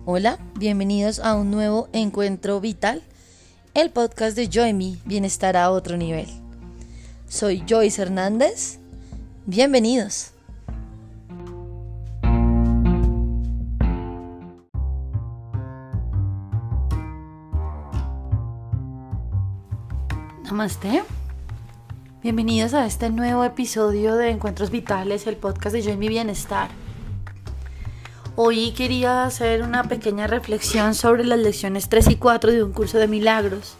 Hola, bienvenidos a un nuevo Encuentro Vital, el podcast de Joy-Me, Bienestar a Otro Nivel. Soy Joyce Hernández, bienvenidos. Namaste, bienvenidos a este nuevo episodio de Encuentros Vitales, el podcast de Joy-Me Bienestar. Hoy quería hacer una pequeña reflexión sobre las lecciones 3 y 4 de un curso de milagros.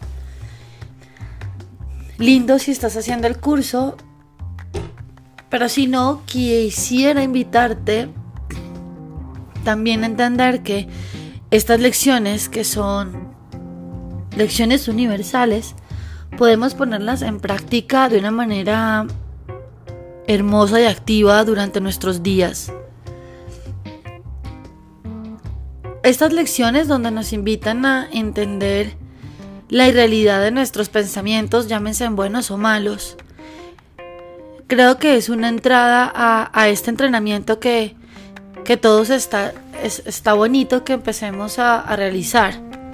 Lindo si estás haciendo el curso, pero si no, quisiera invitarte también a entender que estas lecciones, que son lecciones universales, podemos ponerlas en práctica de una manera hermosa y activa durante nuestros días. Estas lecciones donde nos invitan a entender la irrealidad de nuestros pensamientos, llámense buenos o malos. Creo que es una entrada a este entrenamiento que todos está bonito que empecemos a realizar.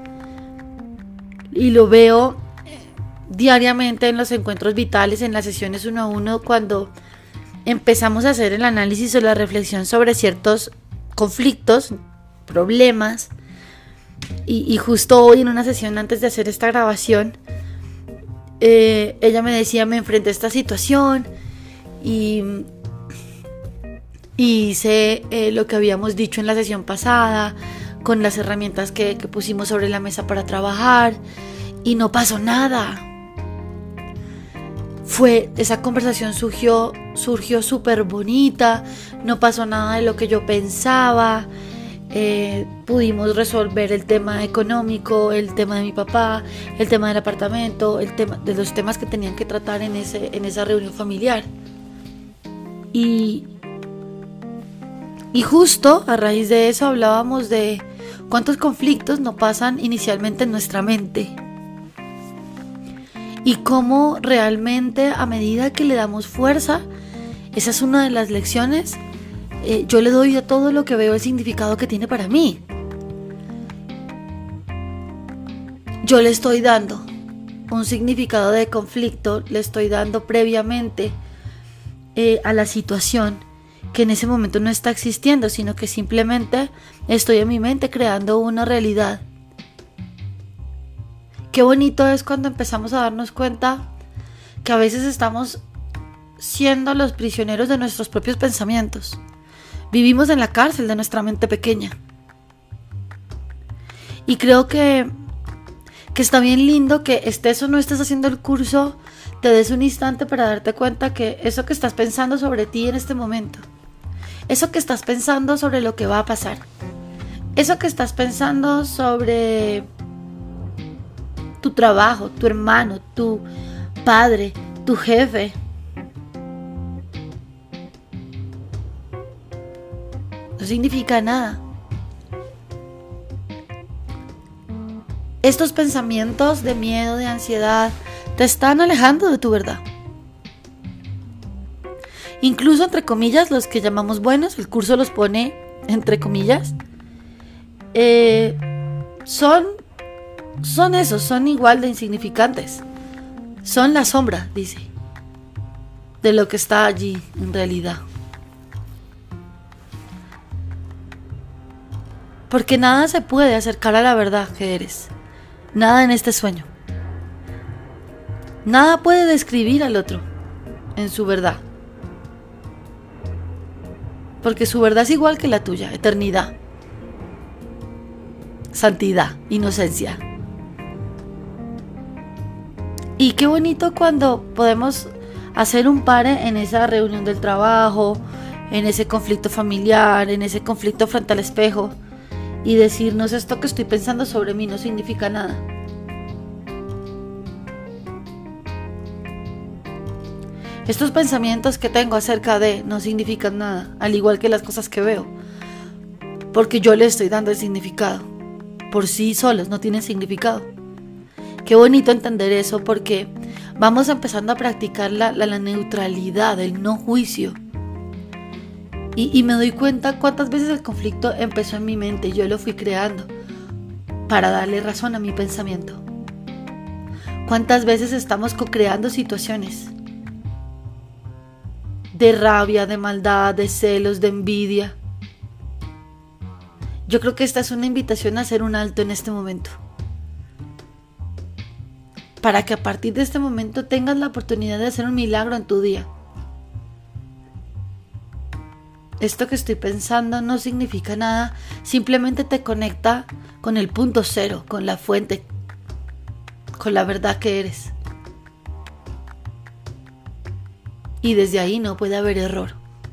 Y lo veo diariamente en los encuentros vitales, en las sesiones 1 a 1, cuando empezamos a hacer el análisis o la reflexión sobre ciertos conflictos, problemas, y justo hoy en una sesión antes de hacer esta grabación, ella me decía: me enfrenté a esta situación y hice lo que habíamos dicho en la sesión pasada, con las herramientas que pusimos sobre la mesa para trabajar, y no pasó nada. Esa conversación surgió súper bonita, no pasó nada de lo que yo pensaba. Pudimos resolver el tema económico, el tema de mi papá, el tema del apartamento, el tema de los temas que tenían que tratar en esa reunión familiar. Y justo a raíz de eso hablábamos de cuántos conflictos no pasan inicialmente en nuestra mente. Y cómo realmente, a medida que le damos fuerza, esa es una de las lecciones, yo le doy a todo lo que veo el significado que tiene para mí. Yo le estoy dando un significado de conflicto, le estoy dando previamente a la situación que en ese momento no está existiendo, sino que simplemente estoy en mi mente creando una realidad. Qué bonito es cuando empezamos a darnos cuenta que a veces estamos siendo los prisioneros de nuestros propios pensamientos. Vivimos en la cárcel de nuestra mente pequeña. Y creo que está bien lindo que estés o no estés haciendo el curso, te des un instante para darte cuenta que eso que estás pensando sobre ti en este momento, eso que estás pensando sobre lo que va a pasar, eso que estás pensando sobre tu trabajo, tu hermano, tu padre, tu jefe, no significa nada. Estos pensamientos de miedo, de ansiedad, te están alejando de tu verdad. Incluso, entre comillas, los que llamamos buenos, el curso los pone entre comillas, son esos, son igual de insignificantes. Son la sombra, dice, de lo que está allí en realidad. Porque nada se puede acercar a la verdad que eres. Nada en este sueño. Nada puede describir al otro en su verdad. Porque su verdad es igual que la tuya: eternidad, santidad, inocencia. Y qué bonito cuando podemos hacer un pare en esa reunión del trabajo, en ese conflicto familiar, en ese conflicto frente al espejo, y decirnos: esto que estoy pensando sobre mí no significa nada. Estos pensamientos que tengo acerca de no significan nada, al igual que las cosas que veo, porque yo le estoy dando el significado. Por sí solos no tienen significado. Qué bonito entender eso, porque vamos empezando a practicar la neutralidad, el no juicio. Y me doy cuenta cuántas veces el conflicto empezó en mi mente y yo lo fui creando para darle razón a mi pensamiento. Cuántas veces estamos co-creando situaciones de rabia, de maldad, de celos, de envidia. Yo creo que esta es una invitación a hacer un alto en este momento, para que a partir de este momento tengas la oportunidad de hacer un milagro en tu día. Esto que estoy pensando no significa nada, simplemente te conecta con el punto cero, con la fuente, con la verdad que eres. Y desde ahí no puede haber error.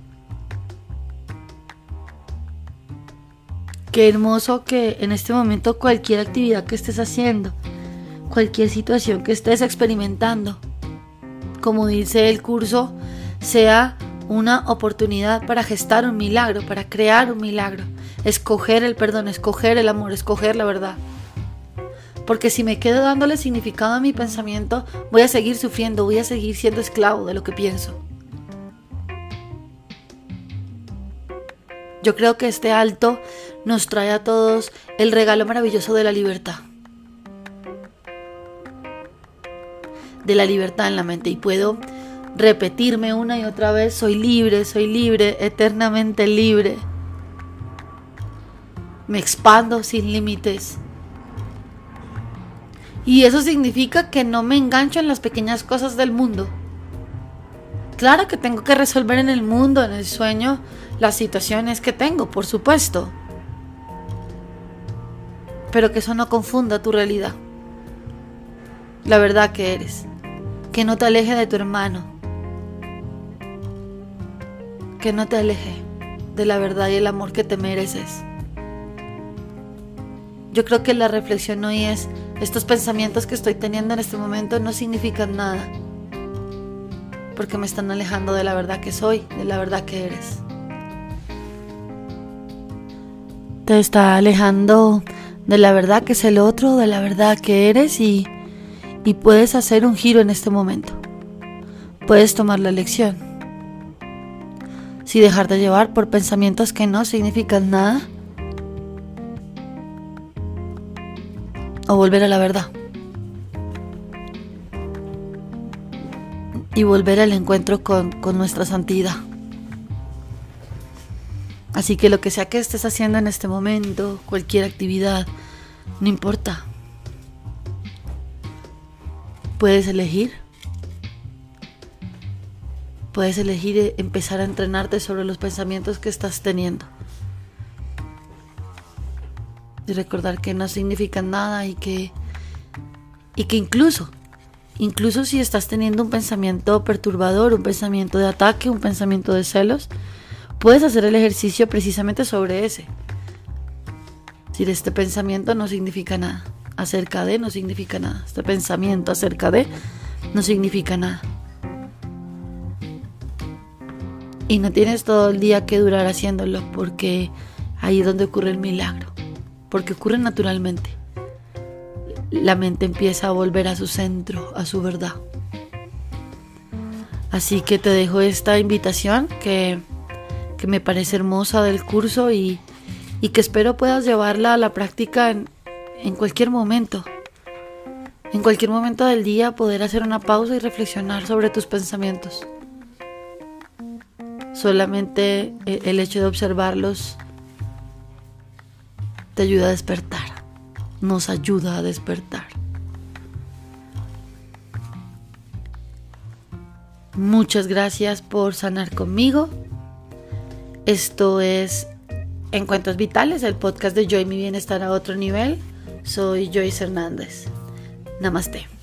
Qué hermoso que en este momento cualquier actividad que estés haciendo, cualquier situación que estés experimentando, como dice el curso, sea una oportunidad para gestar un milagro, para crear un milagro, escoger el perdón, escoger el amor, escoger la verdad. Porque si me quedo dándole significado a mi pensamiento, voy a seguir sufriendo, voy a seguir siendo esclavo de lo que pienso. Yo creo que este alto nos trae a todos el regalo maravilloso de la libertad. De la libertad en la mente. Y puedo repetirme una y otra vez: soy libre, eternamente libre. Me expando sin límites. Y eso significa que no me engancho en las pequeñas cosas del mundo. Claro que tengo que resolver en el mundo, en el sueño, las situaciones que tengo, por supuesto. Pero que eso no confunda tu realidad. La verdad que eres. Que no te aleje de tu hermano. Que no te aleje de la verdad y el amor que te mereces. Yo creo que la reflexión hoy es: estos pensamientos que estoy teniendo en este momento no significan nada, porque me están alejando de la verdad que soy, de la verdad que eres. Te está alejando de la verdad que es el otro, de la verdad que eres, y puedes hacer un giro en este momento. Puedes tomar la elección. Si dejarte llevar por pensamientos que no significan nada, o volver a la verdad. Y volver al encuentro con nuestra santidad. Así que lo que sea que estés haciendo en este momento, cualquier actividad, no importa. Puedes elegir empezar a entrenarte sobre los pensamientos que estás teniendo. Y recordar que no significan nada y que incluso si estás teniendo un pensamiento perturbador, un pensamiento de ataque, un pensamiento de celos, puedes hacer el ejercicio precisamente sobre ese. Si este pensamiento no significa nada, acerca de no significa nada. Este pensamiento acerca de no significa nada. Y no tienes todo el día que durar haciéndolo, porque ahí es donde ocurre el milagro. Porque ocurre naturalmente. La mente empieza a volver a su centro, a su verdad. Así que te dejo esta invitación que me parece hermosa del curso y que espero puedas llevarla a la práctica en cualquier momento. En cualquier momento del día poder hacer una pausa y reflexionar sobre tus pensamientos. Solamente el hecho de observarlos te ayuda a despertar, nos ayuda a despertar. Muchas gracias por sanar conmigo. Esto es Encuentros Vitales, el podcast de Yo y mi Bienestar a Otro Nivel. Soy Joyce Hernández. Namaste.